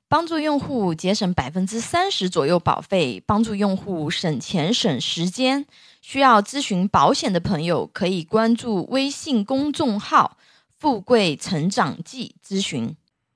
帮助用户节省30%左右保费，帮助用户省钱省时间。需要咨询保险的朋友可以关注微信公众号富贵成长记咨询。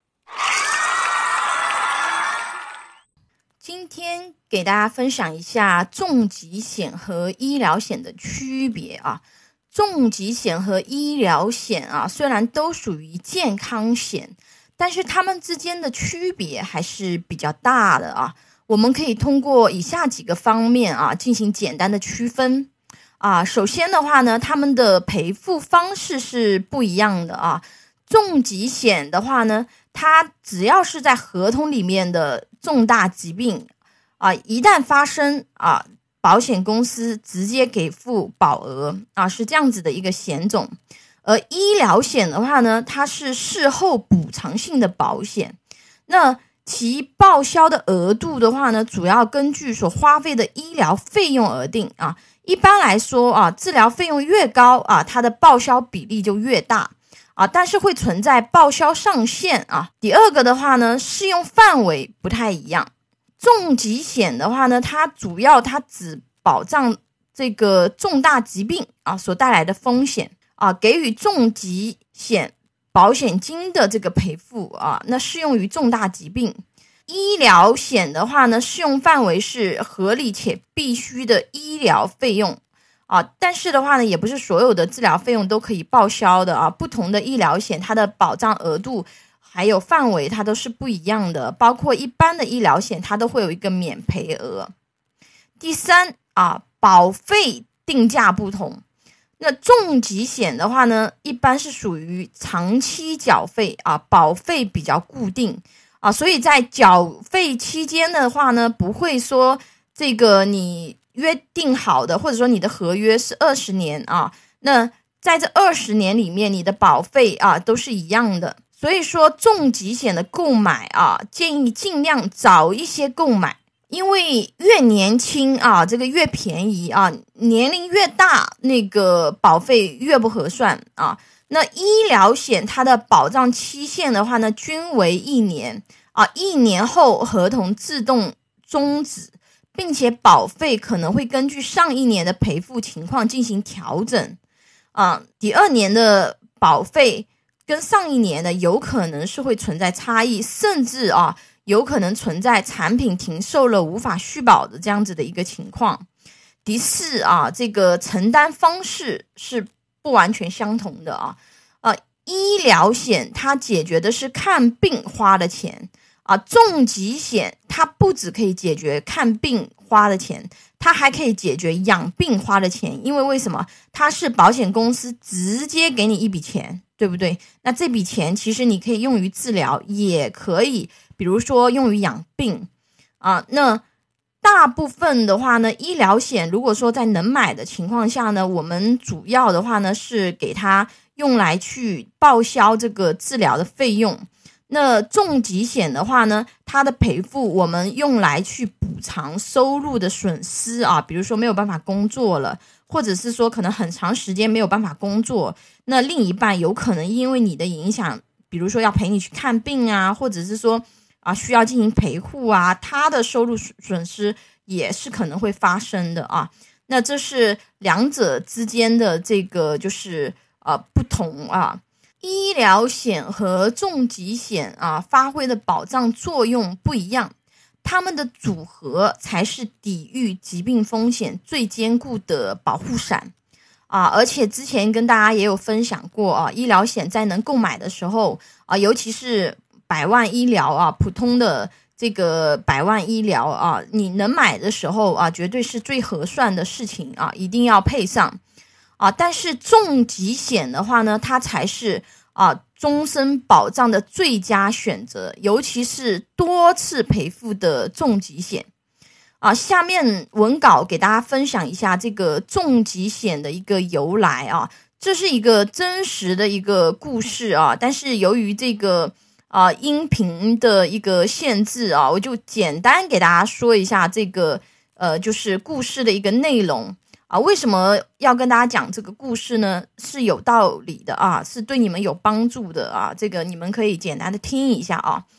今天给大家分享一下重疾险和医疗险的区别啊。重疾险和医疗险啊，虽然都属于健康险，但是它们之间的区别还是比较大的啊。我们可以通过以下几个方面啊进行简单的区分啊。首先的话呢，他们的赔付方式是不一样的啊。重疾险的话呢，它只要是在合同里面的重大疾病啊，一旦发生啊，保险公司直接给付保额啊，是这样子的一个险种。而医疗险的话呢，它是事后补偿性的保险，那其报销的额度的话呢，主要根据所花费的医疗费用而定啊。一般来说啊，治疗费用越高啊，它的报销比例就越大啊，但是会存在报销上限啊。第二个的话呢，适用范围不太一样。重疾险的话呢，它只保障这个重大疾病啊所带来的风险啊，给予重疾险保险金的这个赔付啊，那适用于重大疾病。医疗险的话呢，适用范围是合理且必须的医疗费用啊，但是的话呢，也不是所有的治疗费用都可以报销的啊。不同的医疗险，它的保障额度还有范围它都是不一样的，包括一般的医疗险，它都会有一个免赔额。第三啊，保费定价不同。那重疾险的话呢，一般是属于长期缴费啊，保费比较固定啊，所以在缴费期间的话呢，不会说这个你约定好的，或者说你的合约是20年啊，那在这20年里面，你的保费啊都是一样的。所以说重疾险的购买啊，建议尽量早一些购买。因为越年轻啊，这个越便宜啊，年龄越大，那个保费越不合算啊。那医疗险它的保障期限的话呢，均为1年啊，1年后合同自动终止，并且保费可能会根据上一年的赔付情况进行调整啊。第2年的保费跟上一年的有可能是会存在差异，甚至啊，有可能存在产品停售了无法续保的这样子的一个情况。第4啊，这个承担方式是不完全相同的啊。医疗险它解决的是看病花的钱啊，重疾险它不只可以解决看病花的钱，它还可以解决养病花的钱。因为什么？它是保险公司直接给你一笔钱，对不对？那这笔钱其实你可以用于治疗，也可以比如说用于养病啊。那大部分的话呢，医疗险如果说在能买的情况下呢，我们主要的话呢是给它用来去报销这个治疗的费用。那重疾险的话呢，它的赔付我们用来去补偿收入的损失啊，比如说没有办法工作了，或者是说可能很长时间没有办法工作，那另一半有可能因为你的影响，比如说要陪你去看病啊，或者是说啊需要进行陪护啊，他的收入损失也是可能会发生的啊。那这是两者之间的这个就是不同啊。医疗险和重疾险啊发挥的保障作用不一样，它们的组合才是抵御疾病风险最坚固的保护伞啊。而且之前跟大家也有分享过啊，医疗险在能购买的时候啊，尤其是100万医疗啊，普通的这个100万医疗啊，你能买的时候啊，绝对是最合算的事情啊，一定要配上啊。但是重疾险的话呢，它才是终身保障的最佳选择，尤其是多次赔付的重疾险啊。下面文稿给大家分享一下这个重疾险的一个由来啊，这是一个真实的一个故事啊，但是由于这个音频的一个限制啊，我就简单给大家说一下这个就是故事的一个内容啊。为什么要跟大家讲这个故事呢？是有道理的啊，是对你们有帮助的啊，这个你们可以简单的听一下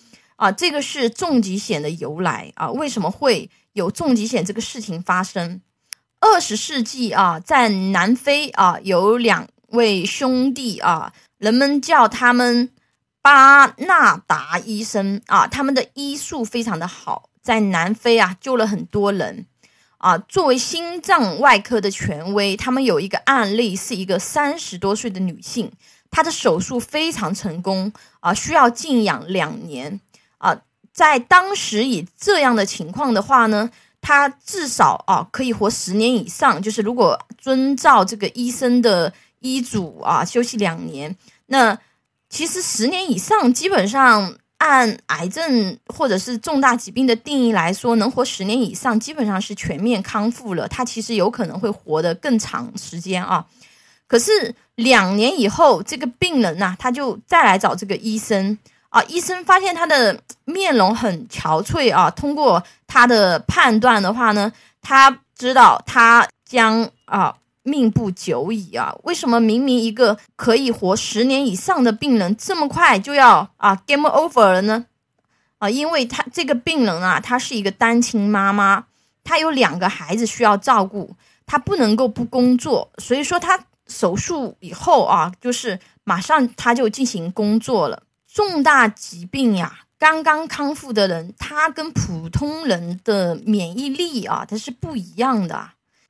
这个是重疾险的由来啊，为什么会有重疾险这个事情发生？20世纪啊，在南非啊，有2位兄弟啊，人们叫他们巴纳达医生啊，他们的医术非常的好，在南非啊救了很多人啊。作为心脏外科的权威，他们有一个案例是一个30多岁的女性，她的手术非常成功啊，需要静养2年啊。在当时以这样的情况的话呢，她至少可以活10年以上，就是如果遵照这个医生的医嘱啊，休息2年，那其实10年以上基本上按癌症或者是重大疾病的定义来说，能活10年以上基本上是全面康复了，他其实有可能会活得更长时间啊。可是2年以后，这个病人啊，他就再来找这个医生啊，医生发现他的面容很憔悴啊，通过他的判断的话呢，他知道他将命不久矣啊！为什么明明一个可以活10年以上的病人，这么快就要game over 了呢？因为他这个病人啊，他是一个单亲妈妈，他有2个孩子需要照顾，他不能够不工作，所以说他手术以后就是马上他就进行工作了。重大疾病呀，刚刚康复的人，他跟普通人的免疫力它是不一样的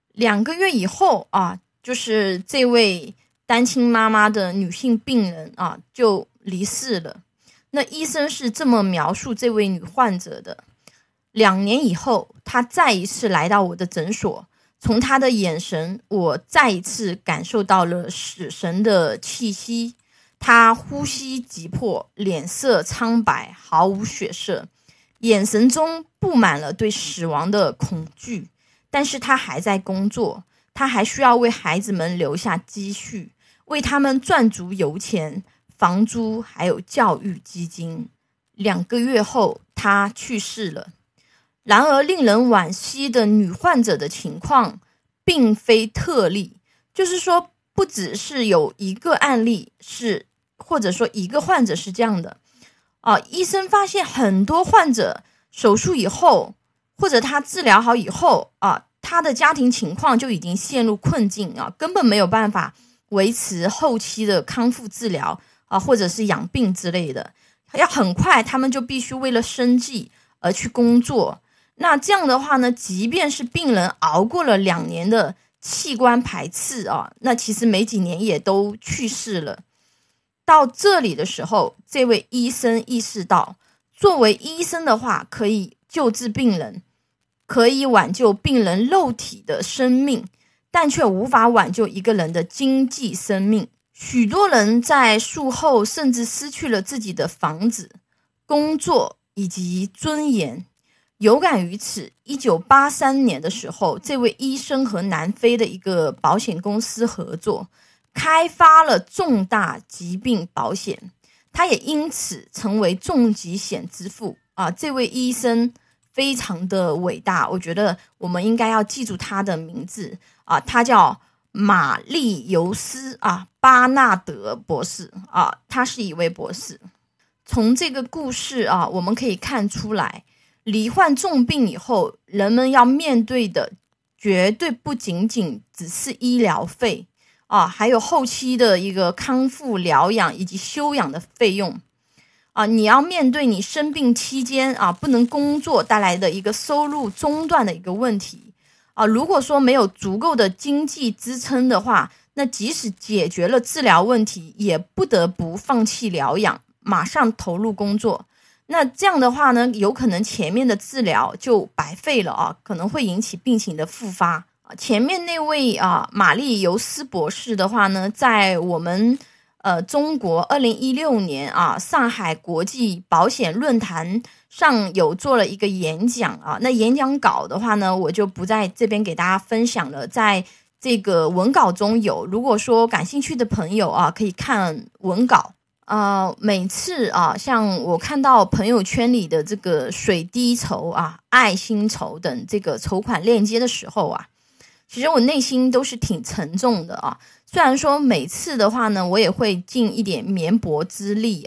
2个月以后就是这位单亲妈妈的女性病人就离世了。那医生是这么描述这位女患者的：2年以后，她再一次来到我的诊所，从她的眼神，我再一次感受到了死神的气息。她呼吸急迫，脸色苍白，毫无血色，眼神中布满了对死亡的恐惧。但是他还在工作，他还需要为孩子们留下积蓄，为他们赚足油钱、房租还有教育基金。2个月后，他去世了。然而令人惋惜的，女患者的情况并非特例，就是说不只是有一个案例是，或者说一个患者是这样的医生发现很多患者手术以后，或者他治疗好以后他的家庭情况就已经陷入困境根本没有办法维持后期的康复治疗或者是养病之类的，要很快他们就必须为了生计而去工作。那这样的话呢，即便是病人熬过了2年的器官排斥那其实没几年也都去世了。到这里的时候，这位医生意识到，作为医生的话，可以救治病人，可以挽救病人肉体的生命，但却无法挽救一个人的经济生命。许多人在术后甚至失去了自己的房子、工作以及尊严。有感于此，1983年的时候，这位医生和南非的一个保险公司合作，开发了重大疾病保险，他也因此成为重疾险之父这位医生非常的伟大，我觉得我们应该要记住他的名字他叫玛丽尤斯巴纳德博士他是一位博士。从这个故事我们可以看出来，罹患重病以后，人们要面对的绝对不仅仅只是医疗费还有后期的一个康复疗养以及休养的费用你要面对你生病期间不能工作带来的一个收入中断的一个问题如果说没有足够的经济支撑的话，那即使解决了治疗问题，也不得不放弃疗养，马上投入工作。那这样的话呢，有可能前面的治疗就白费了可能会引起病情的复发。前面那位玛丽尤斯博士的话呢，在我们中国2016年上海国际保险论坛上有做了一个演讲那演讲稿的话呢，我就不在这边给大家分享了，在这个文稿中有，如果说感兴趣的朋友可以看文稿。每次像我看到朋友圈里的这个水滴筹爱心筹等这个筹款链接的时候其实我内心都是挺沉重的虽然说每次的话呢，我也会尽一点绵薄之力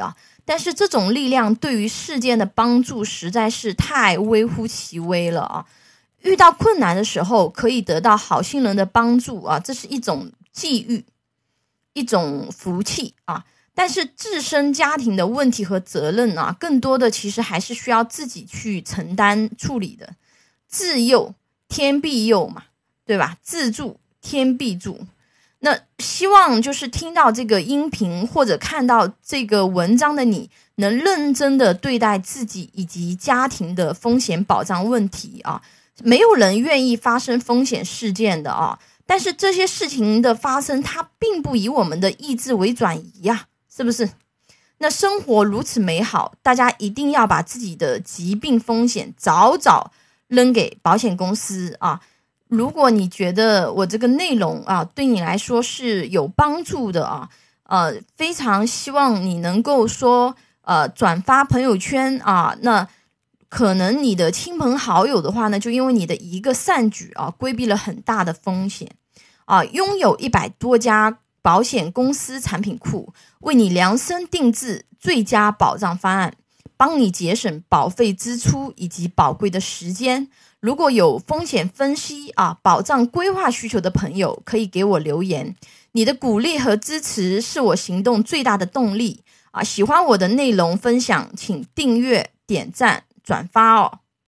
但是这种力量对于事件的帮助实在是太微乎其微了啊！遇到困难的时候可以得到好心人的帮助啊，这是一种际遇，一种福气啊。但是自身家庭的问题和责任啊，更多的其实还是需要自己去承担处理的。自佑天必佑嘛，对吧？自助天必助。那希望就是听到这个音频或者看到这个文章的你，能认真的对待自己以及家庭的风险保障问题啊。没有人愿意发生风险事件的啊，但是这些事情的发生，它并不以我们的意志为转移呀，是不是？那生活如此美好，大家一定要把自己的疾病风险早早扔给保险公司啊。如果你觉得我这个内容啊对你来说是有帮助的啊，非常希望你能够说转发朋友圈啊，那可能你的亲朋好友的话呢，就因为你的一个善举啊，规避了很大的风险啊。拥有100多家保险公司产品库，为你量身定制最佳保障方案，帮你节省保费支出以及宝贵的时间。如果有风险分析啊、保障规划需求的朋友，可以给我留言。你的鼓励和支持是我行动最大的动力啊！喜欢我的内容分享，请订阅、点赞、转发哦。